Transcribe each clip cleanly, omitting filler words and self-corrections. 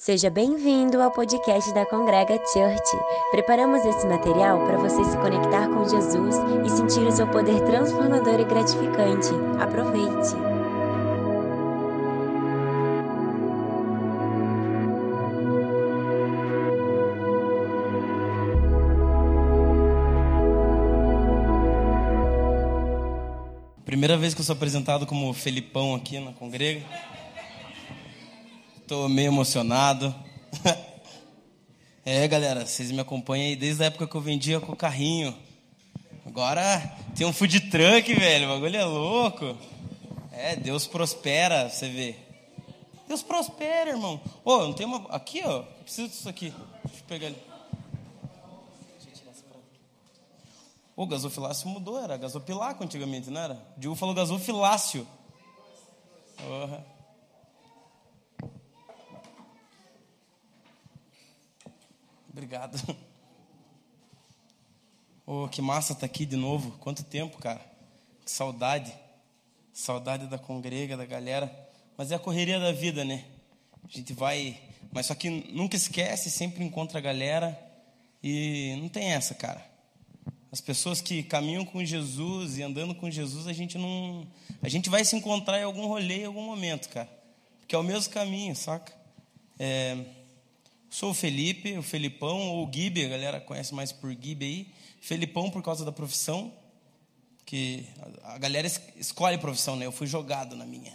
Seja bem-vindo ao podcast da Congrega Church. Preparamos esse material para você se conectar com Jesus e sentir o seu poder transformador e gratificante. Aproveite! Primeira vez que eu sou apresentado como Felipão aqui na Congrega. Tô meio emocionado. Galera, vocês me acompanham aí desde a época que eu vendia com o carrinho. Agora tem um food truck, velho. O bagulho é louco. Deus prospera, você vê. Deus prospera, irmão. Não tem uma... Aqui, ó. Preciso disso aqui. Deixa eu pegar ali. O gasofilácio mudou, era gasopilaco antigamente, não era? O Diogo falou gasofilácio. Obrigado. Que massa estar aqui de novo. Quanto tempo, cara. Que saudade. Saudade da congrega, da galera. Mas é a correria da vida, né? A gente vai... Mas só que nunca esquece, sempre encontra a galera. E não tem essa, cara. As pessoas que caminham com Jesus e andando com Jesus, a gente vai se encontrar em algum rolê, em algum momento, cara. Porque é o mesmo caminho, saca? Sou o Felipe, o Felipão, ou o Gibi, a galera conhece mais por Gibi aí. Felipão por causa da profissão, que a galera escolhe profissão, né? Eu fui jogado na minha.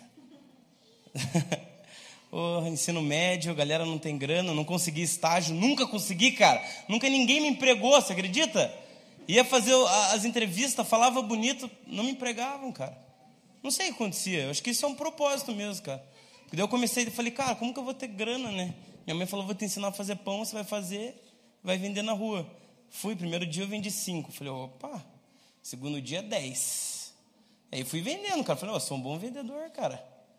Ensino médio, a galera não tem grana, não consegui estágio, nunca consegui, cara. Nunca ninguém me empregou, você acredita? Ia fazer as entrevistas, falava bonito, não me empregavam, cara. Não sei o que acontecia, eu acho que isso é um propósito mesmo, cara. Porque daí eu comecei e falei, cara, como que eu vou ter grana, né? Minha mãe falou, vou te ensinar a fazer pão, você vai fazer, vai vender na rua. Fui, primeiro dia eu vendi 5. Falei, opa, segundo dia 10. Aí fui vendendo, cara. Falei, sou um bom vendedor, cara.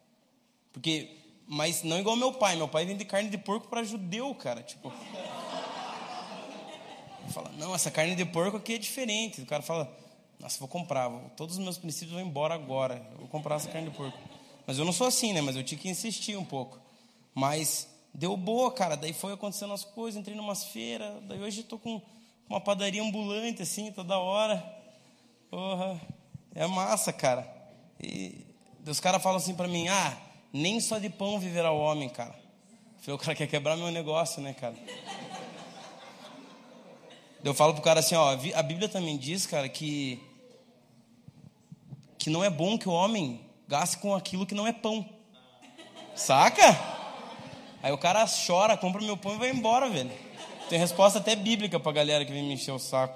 Mas não igual meu pai. Meu pai vende carne de porco para judeu, cara. Tipo... Fala, não, essa carne de porco aqui é diferente. O cara fala, nossa, vou comprar. Todos os meus princípios vão embora agora. Eu vou comprar essa carne de porco. Mas eu não sou assim, né? Mas eu tinha que insistir um pouco. Mas... deu boa, cara, daí foi acontecendo as coisas, entrei numas feiras, daí hoje estou com uma padaria ambulante, assim, toda hora. É massa, cara. E os caras falam assim pra mim, nem só de pão viverá o homem, cara. Eu falei, o cara quer quebrar meu negócio, né, cara? Eu falo pro cara assim, a Bíblia também diz, cara, que não é bom que o homem gaste com aquilo que não é pão. Saca? Aí o cara chora, compra meu pão e vai embora, velho. Tem resposta até bíblica pra galera que vem me encher o saco.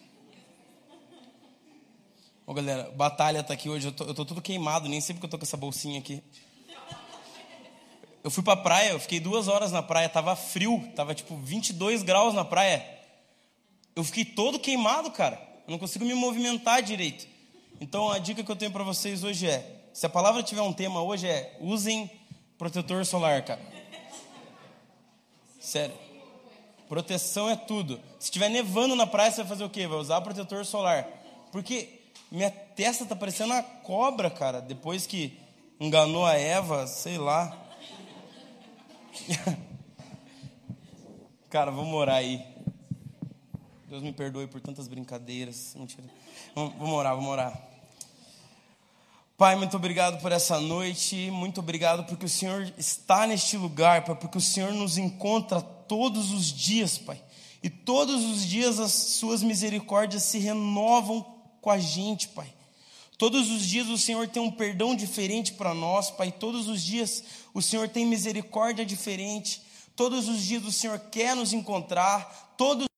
Galera, Batalha tá aqui hoje. Eu tô tudo queimado, nem sei porque eu tô com essa bolsinha aqui. Eu fui pra praia, eu fiquei 2 horas na praia, tava frio, tava tipo 22 graus na praia. Eu fiquei todo queimado, cara. Eu não consigo me movimentar direito. Então a dica que eu tenho pra vocês hoje se a palavra tiver um tema hoje usem protetor solar, cara. Sério. Proteção é tudo. Se estiver nevando na praia, você vai fazer o quê? Vai usar protetor solar. Porque minha testa tá parecendo uma cobra, cara. Depois que enganou a Eva, sei lá. Cara, vamos orar aí. Deus me perdoe por tantas brincadeiras. Mentira. Vamos orar. Pai, muito obrigado por essa noite, muito obrigado porque o Senhor está neste lugar, Pai, porque o Senhor nos encontra todos os dias, Pai, e todos os dias as suas misericórdias se renovam com a gente, Pai. Todos os dias o Senhor tem um perdão diferente para nós, Pai, todos os dias o Senhor tem misericórdia diferente, todos os dias o Senhor quer nos encontrar,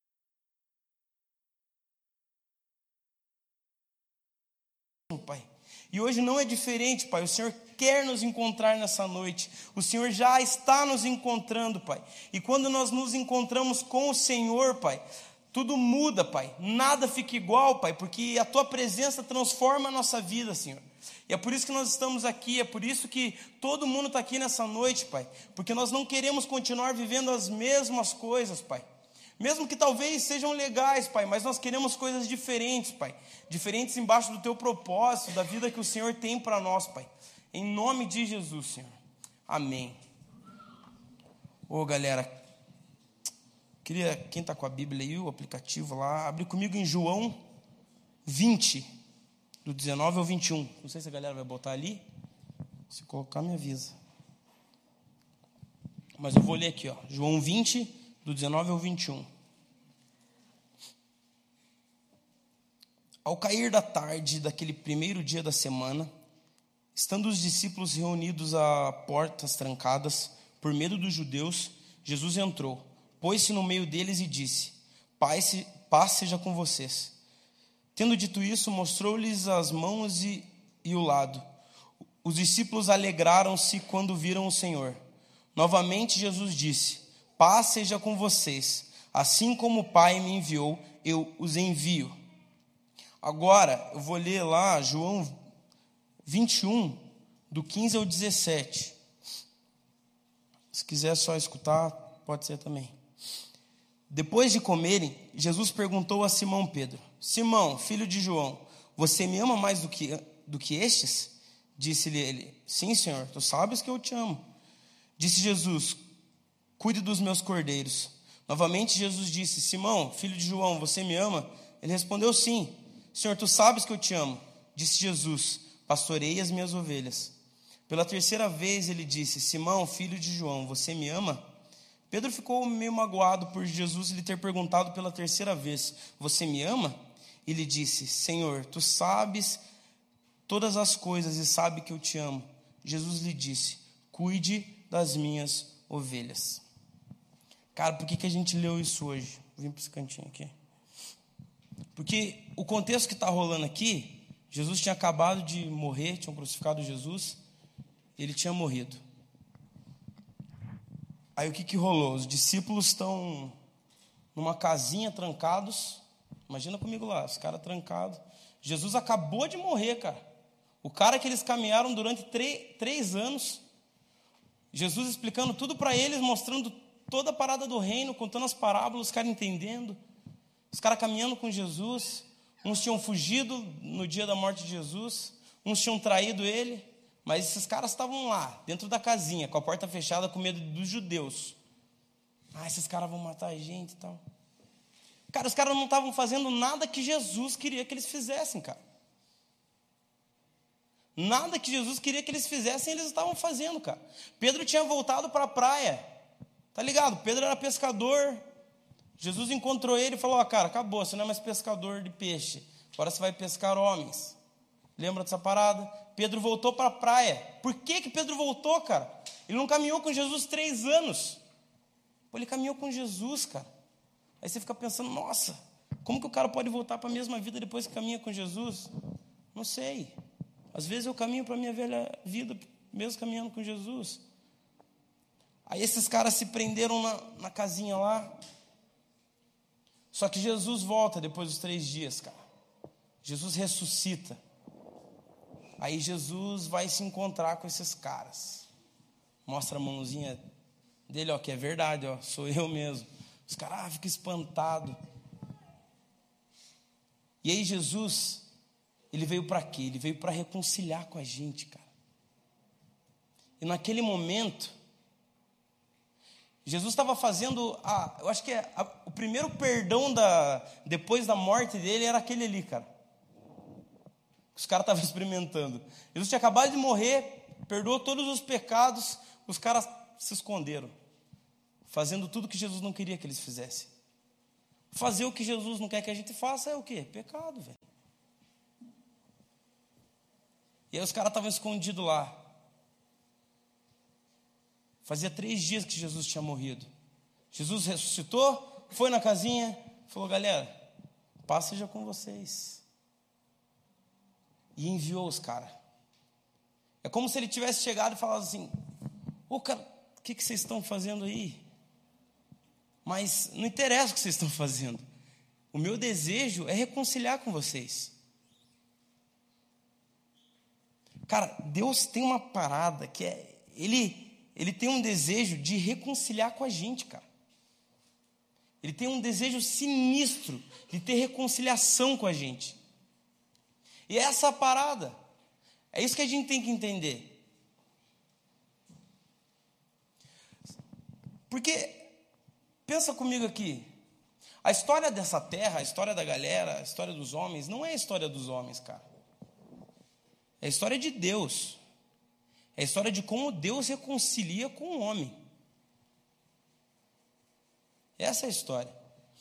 Pai. E hoje não é diferente, Pai. O Senhor quer nos encontrar nessa noite. O Senhor já está nos encontrando, Pai. E quando nós nos encontramos com o Senhor, Pai, tudo muda, Pai. Nada fica igual, Pai, porque a Tua presença transforma a nossa vida, Senhor. E é por isso que nós estamos aqui, é por isso que todo mundo está aqui nessa noite, Pai. Porque nós não queremos continuar vivendo as mesmas coisas, Pai. Mesmo que talvez sejam legais, Pai, mas nós queremos coisas diferentes, Pai. Diferentes embaixo do Teu propósito, da vida que o Senhor tem para nós, Pai. Em nome de Jesus, Senhor. Amém. Ô, galera, queria, quem está com a Bíblia aí, o aplicativo lá, abre comigo em João 20, do 19 ao 21. Não sei se a galera vai botar ali. Se colocar, me avisa. Mas eu vou ler aqui, ó. João 20, do 19 ao 21. Ao cair da tarde daquele primeiro dia da semana, estando os discípulos reunidos a portas trancadas, por medo dos judeus, Jesus entrou, pôs-se no meio deles e disse: Paz seja com vocês. Tendo dito isso, mostrou-lhes as mãos e o lado. Os discípulos alegraram-se quando viram o Senhor. Novamente Jesus disse: Paz seja com vocês. Assim como o Pai me enviou, eu os envio. Agora, eu vou ler lá João 21, do 15 ao 17. Se quiser só escutar, pode ser também. Depois de comerem, Jesus perguntou a Simão Pedro: Simão, filho de João, você me ama mais do que estes? Disse-lhe ele: Sim, Senhor, tu sabes que eu te amo. Disse Jesus: Cuide dos meus cordeiros. Novamente Jesus disse: Simão, filho de João, você me ama? Ele respondeu: Sim, Senhor, tu sabes que eu te amo. Disse Jesus: Pastorei as minhas ovelhas. Pela terceira vez ele disse: Simão, filho de João, você me ama? Pedro ficou meio magoado por Jesus lhe ter perguntado pela terceira vez: Você me ama? Ele disse: Senhor, tu sabes todas as coisas e sabe que eu te amo. Jesus lhe disse: Cuide das minhas ovelhas. Cara, por que a gente leu isso hoje? Vim para esse cantinho aqui. Porque o contexto que está rolando aqui, Jesus tinha acabado de morrer, tinham crucificado Jesus, ele tinha morrido. Aí o que rolou? Os discípulos estão numa casinha trancados. Imagina comigo lá, os caras trancados. Jesus acabou de morrer, cara. O cara que eles caminharam durante 3 anos. Jesus explicando tudo para eles, mostrando toda a parada do reino, contando as parábolas, os caras entendendo. Os caras caminhando com Jesus. Uns tinham fugido no dia da morte de Jesus. Uns tinham traído ele. Mas esses caras estavam lá, dentro da casinha, com a porta fechada, com medo dos judeus. Esses caras vão matar a gente e tal. Cara, os caras não estavam fazendo nada que Jesus queria que eles fizessem, cara. Nada que Jesus queria que eles fizessem, eles estavam fazendo, cara. Pedro tinha voltado para a praia. Tá ligado? Pedro era pescador. Jesus encontrou ele e falou: cara, acabou, você não é mais pescador de peixe. Agora você vai pescar homens. Lembra dessa parada? Pedro voltou para a praia. Por que Pedro voltou, cara? Ele não caminhou com Jesus 3 anos. Ele caminhou com Jesus, cara. Aí você fica pensando: nossa, como que o cara pode voltar para a mesma vida depois que caminha com Jesus? Não sei. Às vezes eu caminho para a minha velha vida, mesmo caminhando com Jesus. Aí esses caras se prenderam na casinha lá. Só que Jesus volta depois dos 3 dias, cara. Jesus ressuscita. Aí Jesus vai se encontrar com esses caras. Mostra a mãozinha dele, ó, que é verdade, ó, sou eu mesmo. Os caras ficam espantados. E aí Jesus, ele veio para quê? Ele veio para reconciliar com a gente, cara. E naquele momento, Jesus estava fazendo, eu acho que o primeiro perdão depois da morte dele era aquele ali, cara. Os caras estavam experimentando. Jesus tinha acabado de morrer, perdoou todos os pecados, os caras se esconderam, fazendo tudo que Jesus não queria que eles fizessem. Fazer o que Jesus não quer que a gente faça é o quê? Pecado, velho. E aí os caras estavam escondidos lá. Fazia 3 dias que Jesus tinha morrido. Jesus ressuscitou, foi na casinha, falou: galera, paz seja com vocês. E enviou os caras. É como se ele tivesse chegado e falado assim: cara, o que vocês estão fazendo aí? Mas não interessa o que vocês estão fazendo. O meu desejo é reconciliar com vocês. Cara, Deus tem uma parada que é... Ele tem um desejo de reconciliar com a gente, cara. Ele tem um desejo sinistro de ter reconciliação com a gente. E é essa a parada. É isso que a gente tem que entender. Porque, pensa comigo aqui, a história dessa terra, a história da galera, a história dos homens, não é a história dos homens, cara. É a história de Deus. É a história de como Deus reconcilia com o homem. Essa é a história.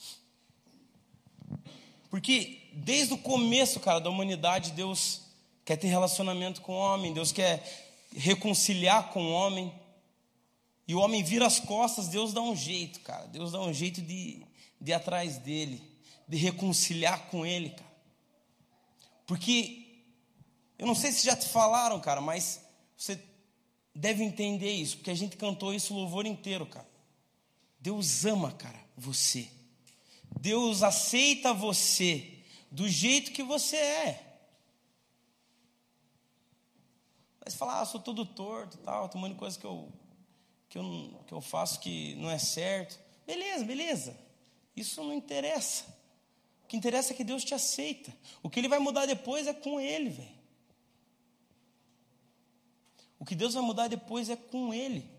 Porque desde o começo, cara, da humanidade, Deus quer ter relacionamento com o homem, Deus quer reconciliar com o homem. E o homem vira as costas, Deus dá um jeito, cara. Deus dá um jeito de ir atrás dele, de reconciliar com ele, cara. Porque, eu não sei se já te falaram, cara, mas você deve entender isso, porque a gente cantou isso o louvor inteiro, cara. Deus ama, cara, você. Deus aceita você do jeito que você é. Mas falar, sou todo torto, tal, tem um monte de coisa que eu faço que não é certo. Beleza. Isso não interessa. O que interessa é que Deus te aceita. O que Ele vai mudar depois é com Ele, velho. O que Deus vai mudar depois é com Ele.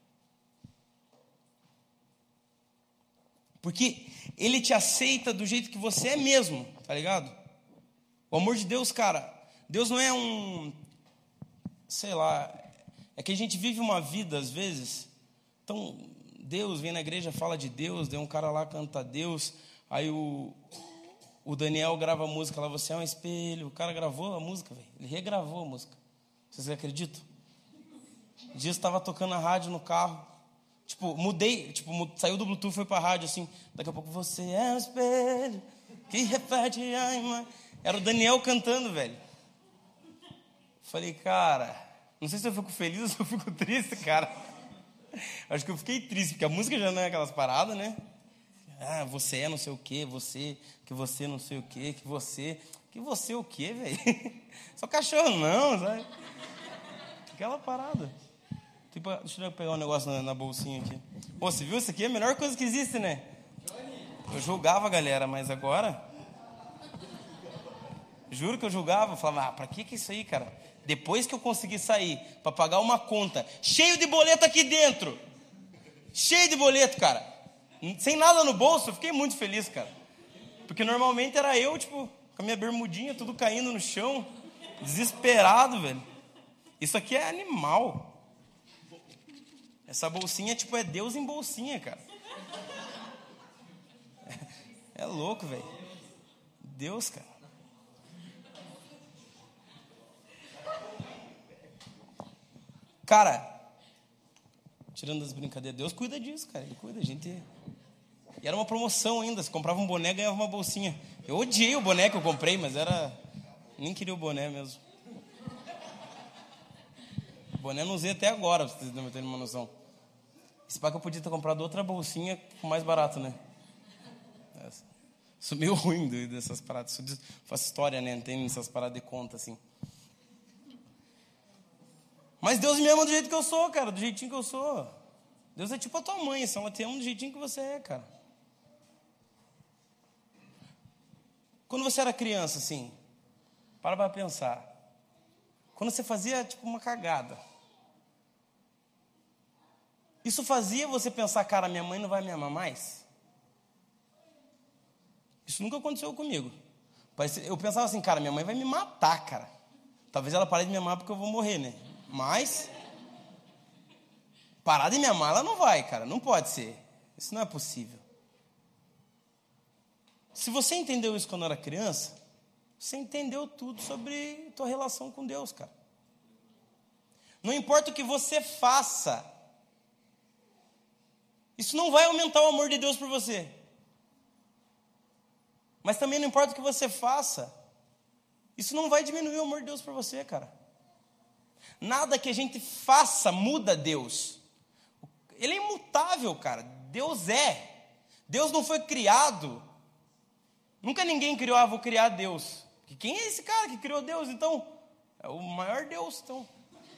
Porque Ele te aceita do jeito que você é mesmo, tá ligado? O amor de Deus, cara, Deus não é sei lá, é que a gente vive uma vida às vezes, então Deus vem na igreja, fala de Deus, daí um cara lá canta Deus, aí o Daniel grava a música lá, você é um espelho, o cara gravou a música, velho, ele regravou a música, vocês acreditam? Um dia eu estava tocando a rádio no carro, saiu do Bluetooth, foi pra rádio, assim, daqui a pouco, você é um espelho, que repete a imagem. Era o Daniel cantando, velho. Falei, cara, não sei se eu fico feliz ou se eu fico triste, cara. Acho que eu fiquei triste, porque a música já não é aquelas paradas, né? Ah, você é não sei o quê, que você não sei o quê, que você o quê, velho? Só cachorro não, sabe? Aquela parada. Deixa eu pegar um negócio na bolsinha aqui. Pô, você viu? Isso aqui é a melhor coisa que existe, né? Eu julgava a galera, mas agora... Juro que eu julgava. Falava, pra que isso aí, cara? Depois que eu consegui sair pra pagar uma conta, cheio de boleto aqui dentro. Cheio de boleto, cara. Sem nada no bolso, eu fiquei muito feliz, cara. Porque normalmente era eu, com a minha bermudinha, tudo caindo no chão. Desesperado, velho. Isso aqui é animal. Essa bolsinha, é Deus em bolsinha, cara. É louco, velho. Deus, cara. Cara, tirando as brincadeiras, Deus cuida disso, cara. Ele cuida, a gente... E era uma promoção ainda, você comprava um boné, ganhava uma bolsinha. Eu odiei o boné que eu comprei, mas nem queria o boné mesmo. O boné eu não usei até agora, pra vocês terem uma noção. Esse pá que eu podia ter comprado outra bolsinha mais barato, né? Sou meio ruim dessas paradas. Faço história, né? Não tem essas paradas de conta, assim. Mas Deus me ama do jeito que eu sou, cara. Do jeitinho que eu sou. Deus é tipo a tua mãe, assim, ela te ama do jeitinho que você é, cara. Quando você era criança, assim, para pensar. Quando você fazia, uma cagada. Isso fazia você pensar, cara, minha mãe não vai me amar mais? Isso nunca aconteceu comigo. Eu pensava assim, cara, minha mãe vai me matar, cara. Talvez ela pare de me amar porque eu vou morrer, né? Mas, parar de me amar, ela não vai, cara. Não pode ser. Isso não é possível. Se você entendeu isso quando era criança, você entendeu tudo sobre tua relação com Deus, cara. Não importa o que você faça, isso não vai aumentar o amor de Deus por você. Mas também não importa o que você faça, isso não vai diminuir o amor de Deus por você, cara. Nada que a gente faça muda Deus. Ele é imutável, cara. Deus é. Deus não foi criado. Nunca ninguém criou, vou criar Deus. Porque quem é esse cara que criou Deus, então? É o maior Deus, então.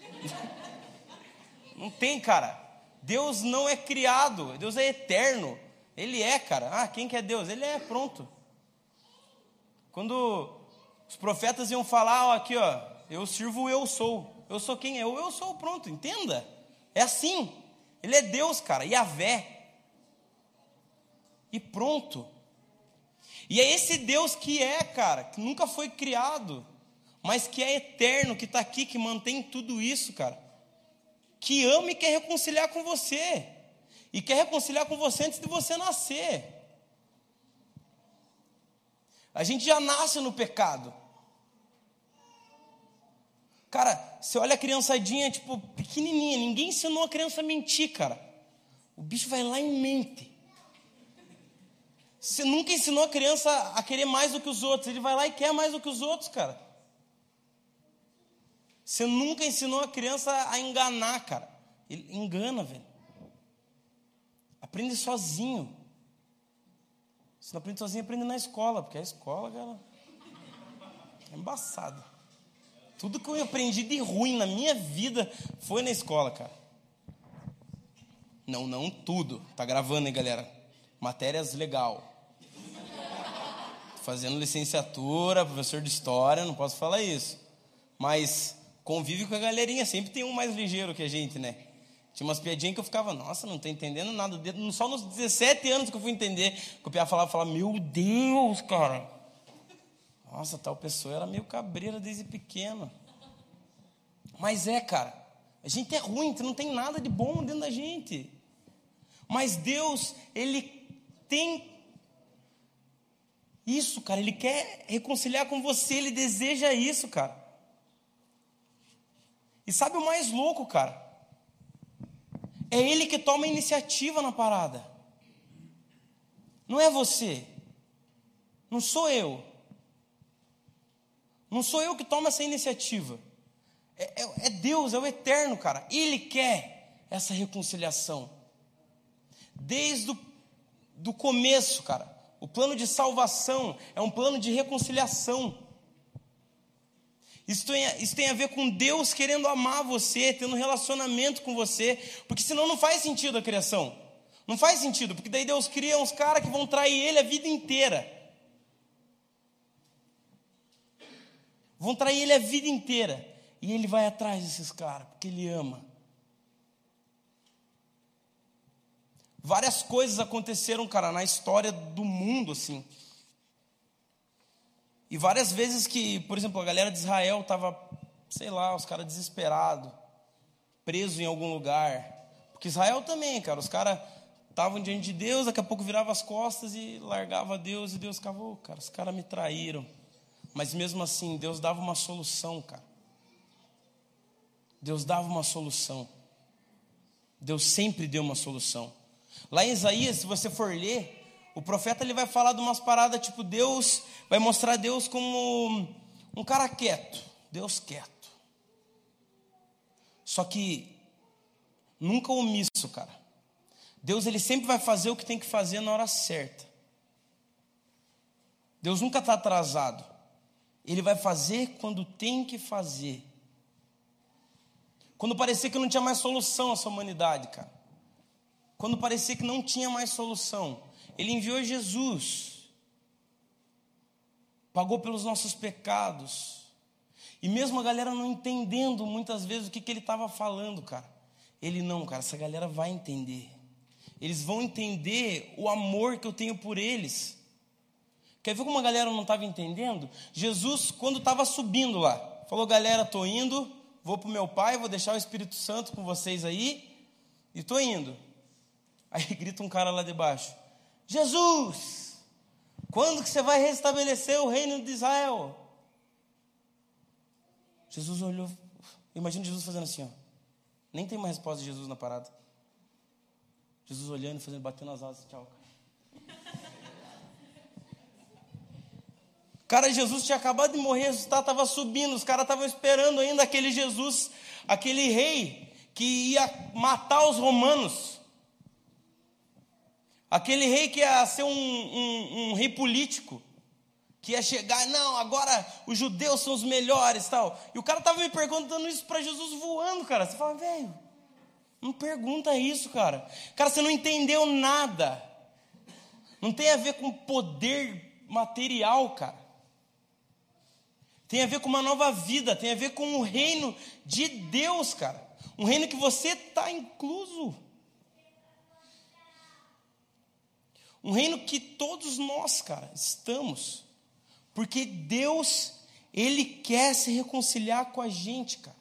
Não tem, cara. Deus não é criado. Deus é eterno. Ele é, cara. Ah, quem que é Deus? Ele é, pronto. Quando os profetas iam falar, aqui, eu sirvo o eu sou. Eu sou quem? Eu sou, pronto, entenda. É assim. Ele é Deus, cara, Yahvé. E pronto. E é esse Deus que cara, que nunca foi criado, mas que é eterno, que está aqui, que mantém tudo isso, cara. Que ama e quer reconciliar com você. E quer reconciliar com você antes de você nascer. A gente já nasce no pecado. Cara, você olha a criançadinha, tipo, pequenininha. Ninguém ensinou a criança a mentir, cara. O bicho vai lá e mente. Você nunca ensinou a criança a querer mais do que os outros. Ele vai lá e quer mais do que os outros, cara. Você nunca ensinou a criança a enganar, cara. Ele engana, velho. Aprende sozinho. Se não aprende sozinho, aprende na escola. Porque a escola, cara, é embaçado. Tudo que eu aprendi de ruim na minha vida foi na escola, cara. Não tudo. Tá gravando, hein, galera? Matérias legal. Tô fazendo licenciatura, professor de história, não posso falar isso. Mas convive com a galerinha, sempre tem um mais ligeiro que a gente, né? Tinha umas piadinhas que eu ficava, nossa, não tô entendendo nada. Só nos 17 anos que eu fui entender, que o piá falava, meu Deus, cara. Nossa, tal pessoa era meio cabreira desde pequeno. Mas cara, a gente é ruim, não tem nada de bom dentro da gente. Mas Deus, Ele tem isso, cara. Ele quer reconciliar com você, Ele deseja isso, cara. E sabe o mais louco, cara? É Ele que toma a iniciativa na parada. Não é você. Não sou eu. Não sou eu que tomo essa iniciativa. É Deus, é o eterno, cara. Ele quer essa reconciliação. Desde do começo, cara. O plano de salvação é um plano de reconciliação. Isso tem a ver com Deus querendo amar você, tendo um relacionamento com você. Porque senão não faz sentido a criação. Não faz sentido, porque daí Deus cria uns caras que vão trair Ele a vida inteira. Vão trair Ele a vida inteira. E Ele vai atrás desses caras, porque Ele ama. Várias coisas aconteceram, cara, na história do mundo, assim. E várias vezes que, por exemplo, a galera de Israel estava, sei lá, os caras desesperados, presos em algum lugar. Porque Israel também, cara, os caras estavam diante de Deus, daqui a pouco virava as costas e largava Deus, e Deus ficava, cara, os caras me traíram. Mas mesmo assim, Deus dava uma solução, cara. Deus dava uma solução. Deus sempre deu uma solução. Lá em Isaías, se você for ler, o profeta ele vai falar de umas paradas, tipo, Deus vai mostrar Deus como um cara quieto. Deus quieto. Só que nunca omisso, cara. Deus ele sempre vai fazer o que tem que fazer na hora certa. Deus nunca está atrasado. Ele vai fazer quando tem que fazer. Quando parecia que não tinha mais solução essa humanidade, cara. Quando parecia que não tinha mais solução, Ele enviou Jesus. Pagou pelos nossos pecados. E mesmo a galera não entendendo muitas vezes o que Ele estava falando, cara. Ele não, cara, essa galera vai entender. Eles vão entender o amor que eu tenho por eles. Quer ver como a galera não estava entendendo? Jesus, quando estava subindo lá, falou, galera, estou indo, vou para o meu Pai, vou deixar o Espírito Santo com vocês aí, e estou indo. Aí grita um cara lá de baixo, Jesus, quando que você vai restabelecer o reino de Israel? Jesus olhou, imagina Jesus fazendo assim, ó. Nem tem mais resposta de Jesus na parada. Jesus olhando, fazendo, batendo as asas, tchau. Cara, Jesus tinha acabado de morrer, ressuscitar, estava subindo, os caras estavam esperando ainda aquele Jesus, aquele rei que ia matar os romanos. Aquele rei que ia ser um rei político, que ia chegar, não, agora os judeus são os melhores, tal. E o cara estava me perguntando isso para Jesus voando, cara. Você fala, velho, não pergunta isso, cara. Cara, você não entendeu nada. Não tem a ver com poder material, cara. Tem a ver com uma nova vida, tem a ver com o reino de Deus, cara. Um reino que você está incluso. Um reino que todos nós, cara, estamos. Porque Deus, Ele quer se reconciliar com a gente, cara.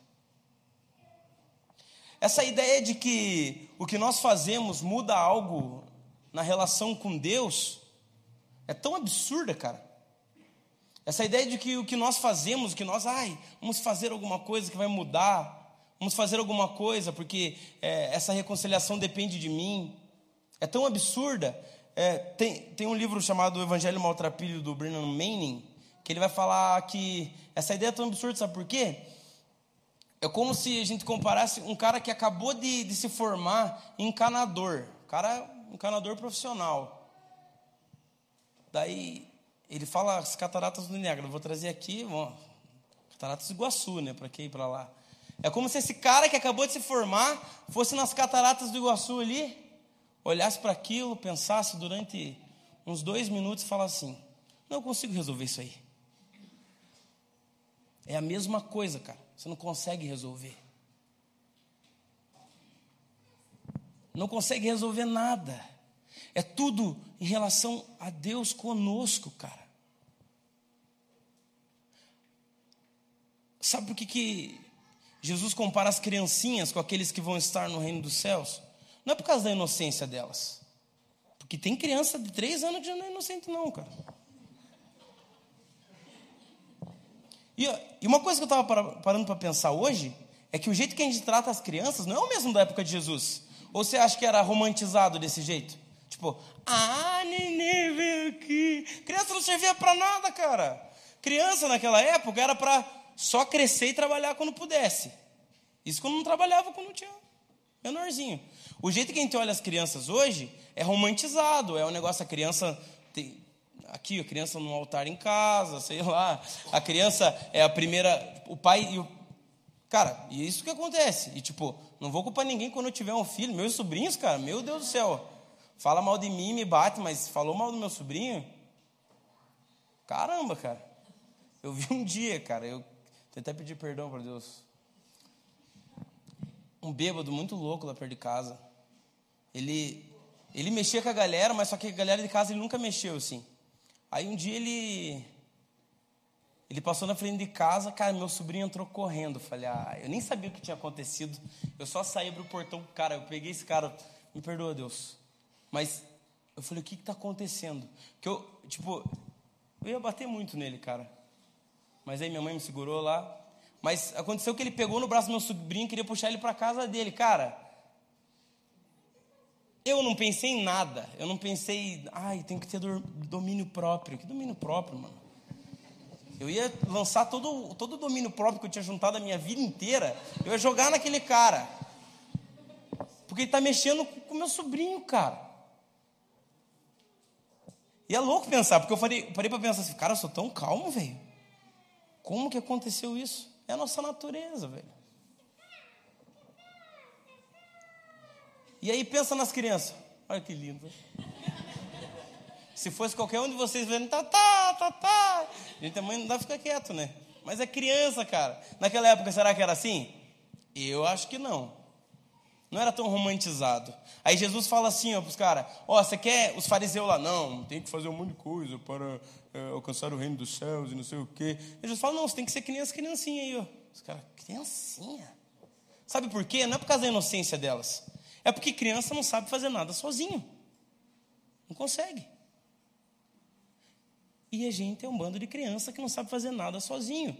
Essa ideia de que o que nós fazemos muda algo na relação com Deus é tão absurda, cara. Essa ideia de que o que nós fazemos, vamos fazer alguma coisa que vai mudar, vamos fazer alguma coisa porque essa reconciliação depende de mim, é tão absurda. Tem um livro chamado O Evangelho Maltrapilho, do Brennan Manning, que ele vai falar que essa ideia é tão absurda, sabe por quê? É como se a gente comparasse um cara que acabou de se formar em encanador, um encanador profissional. Daí ele fala as cataratas do Niágara. Eu vou trazer aqui, cataratas do Iguaçu, né? Para quem ir para lá. É como se esse cara que acabou de se formar fosse nas cataratas do Iguaçu ali, olhasse para aquilo, pensasse durante uns 2 minutos e falasse assim: não, eu consigo resolver isso aí. É a mesma coisa, cara. Você não consegue resolver. Não consegue resolver nada. É tudo em relação a Deus conosco, cara. Sabe por que Jesus compara as criancinhas com aqueles que vão estar no reino dos céus? Não é por causa da inocência delas. Porque tem criança de 3 anos que não é inocente não, cara. E uma coisa que eu estava parando para pensar hoje é que o jeito que a gente trata as crianças não é o mesmo da época de Jesus. Ou você acha que era romantizado desse jeito? Tipo, neném, vem aqui. Criança não servia para nada, cara. Criança naquela época era para só crescer e trabalhar quando pudesse. Isso quando não trabalhava, quando tinha menorzinho. O jeito que a gente olha as crianças hoje é romantizado. É um negócio, a criança tem... Aqui, a criança no altar em casa, sei lá. A criança é a primeira... O pai e o... Cara, e é isso que acontece. E tipo, não vou culpar ninguém quando eu tiver um filho. Meus sobrinhos, cara, meu Deus do céu. Fala mal de mim, me bate, mas falou mal do meu sobrinho? Caramba, cara. Eu vi um dia, cara, eu tentei pedir perdão para Deus. Um bêbado muito louco lá perto de casa. Ele mexia com a galera, mas só que a galera de casa ele nunca mexeu assim. Aí um dia ele passou na frente de casa, cara, meu sobrinho entrou correndo. Falei, eu nem sabia o que tinha acontecido. Eu só saí pro portão, cara, eu peguei esse cara, me perdoa, Deus. Mas eu falei, o que está acontecendo? Que eu ia bater muito nele, cara. Mas aí minha mãe me segurou lá. Mas aconteceu que ele pegou no braço do meu sobrinho e queria puxar ele para casa dele, cara. Eu não pensei em nada. Eu não pensei, tem que ter domínio próprio. Que domínio próprio, mano? Eu ia lançar todo o domínio próprio que eu tinha juntado a minha vida inteira. Eu ia jogar naquele cara. Porque ele está mexendo com o meu sobrinho, cara. E é louco pensar, porque eu parei para pensar assim, cara, eu sou tão calmo, velho. Como que aconteceu isso? É a nossa natureza, velho. E aí pensa nas crianças. Olha que lindo. Se fosse qualquer um de vocês vendo, tá. A gente também não dá pra ficar quieto, né? Mas é criança, cara. Naquela época, será que era assim? Eu acho que não. Não era tão romantizado. Aí Jesus fala assim, para os caras, você quer os fariseus lá? Não, tem que fazer um monte de coisa para alcançar o reino dos céus e não sei o quê. E Jesus fala, não, você tem que ser criancinha aí, ó. Os caras, criancinha? Sabe por quê? Não é por causa da inocência delas. É porque criança não sabe fazer nada sozinho. Não consegue. E a gente é um bando de criança que não sabe fazer nada sozinho.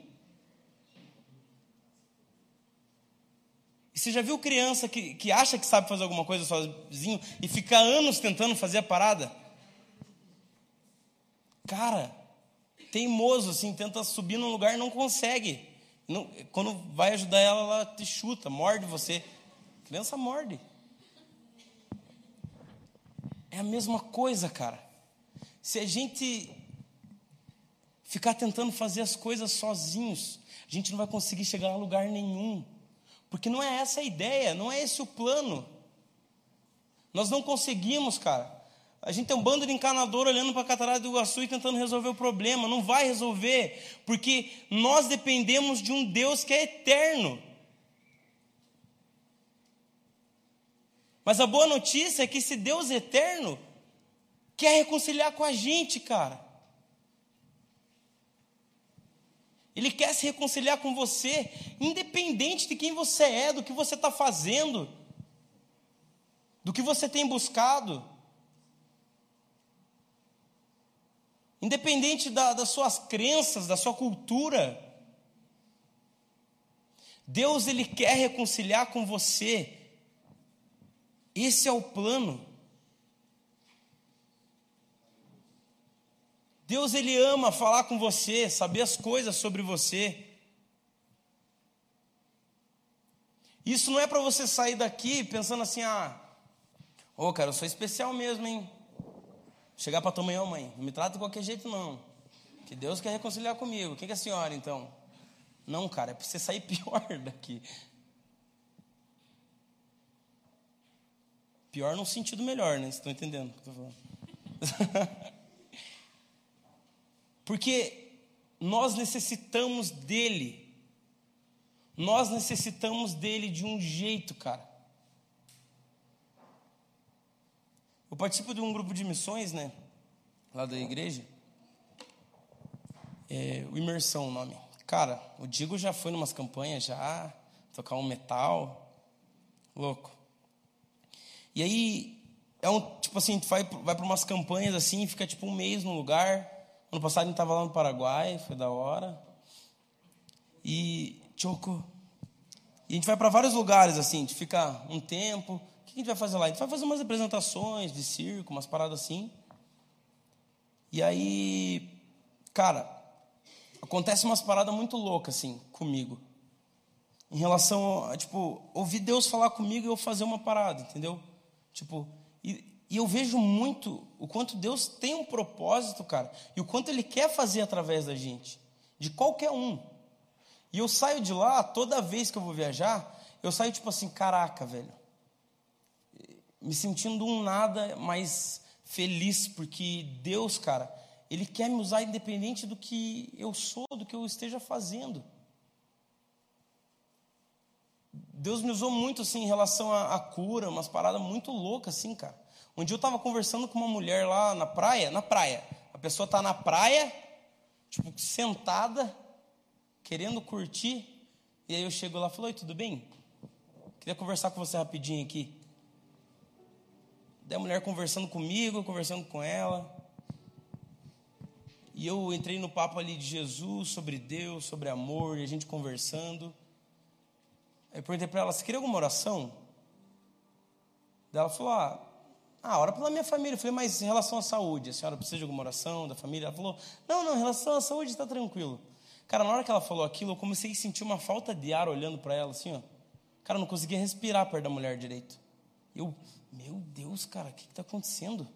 E você já viu criança que acha que sabe fazer alguma coisa sozinho e fica anos tentando fazer a parada? Cara, teimoso, assim, tenta subir num lugar e não consegue. Não, quando vai ajudar ela, ela te chuta, morde você. A criança morde. É a mesma coisa, cara. Se a gente ficar tentando fazer as coisas sozinhos, a gente não vai conseguir chegar a lugar nenhum. Porque não é essa a ideia, não é esse o plano. Nós não conseguimos, cara. A gente é um bando de encanador olhando para a Catarata do Iguaçu e tentando resolver o problema. Não vai resolver, porque nós dependemos de um Deus que é eterno. Mas a boa notícia é que esse Deus eterno, quer reconciliar com a gente, cara. Ele quer se reconciliar com você, independente de quem você é, do que você está fazendo, do que você tem buscado. Independente das suas crenças, da sua cultura. Deus, Ele quer reconciliar com você. Esse é o plano. Deus, Ele ama falar com você, saber as coisas sobre você. Isso não é para você sair daqui pensando assim, cara, eu sou especial mesmo, hein? Chegar para tua mãe, mãe, não me trata de qualquer jeito não, que Deus quer reconciliar comigo. Quem que é a senhora então? Não, cara, é para você sair pior daqui. Pior num sentido melhor, né? Vocês estão entendendo o que eu estou falando? Porque nós necessitamos dele. Nós necessitamos dele de um jeito, cara. Eu participo de um grupo de missões, né? Lá da igreja. O Imersão, o nome. Cara, o Diego já foi numas campanhas já, tocar um metal. Louco. E aí, tipo assim, vai para umas campanhas assim, fica tipo um mês no lugar. Ano passado a gente estava lá no Paraguai, foi da hora. E a gente vai para vários lugares assim, a gente fica um tempo. O que a gente vai fazer lá? A gente vai fazer umas apresentações de circo, umas paradas assim. E aí, cara, acontece umas paradas muito loucas assim comigo. Em relação a, ouvir Deus falar comigo e eu fazer uma parada, entendeu? E eu vejo muito o quanto Deus tem um propósito, cara, e o quanto Ele quer fazer através da gente, de qualquer um. E eu saio de lá, toda vez que eu vou viajar, eu saio tipo assim, caraca, velho, me sentindo um nada mais feliz, porque Deus, cara, Ele quer me usar independente do que eu sou, do que eu esteja fazendo. Deus me usou muito, assim, em relação à cura, umas paradas muito loucas, assim, cara. Um dia eu estava conversando com uma mulher lá na praia. A pessoa está na praia, sentada, querendo curtir. E aí eu chego lá e falo, oi, tudo bem? Queria conversar com você rapidinho aqui. Daí a mulher conversando comigo, conversando com ela. E eu entrei no papo ali de Jesus, sobre Deus, sobre amor, e a gente conversando. Aí eu perguntei para ela, você queria alguma oração? Daí ela falou, ora pela minha família. Eu falei, mas em relação à saúde, a senhora precisa de alguma oração da família? Ela falou, não, em relação à saúde está tranquilo. Cara, na hora que ela falou aquilo, eu comecei a sentir uma falta de ar olhando para ela, assim, ó. Cara, eu não conseguia respirar perto da mulher direito. Meu Deus, cara, o que está acontecendo?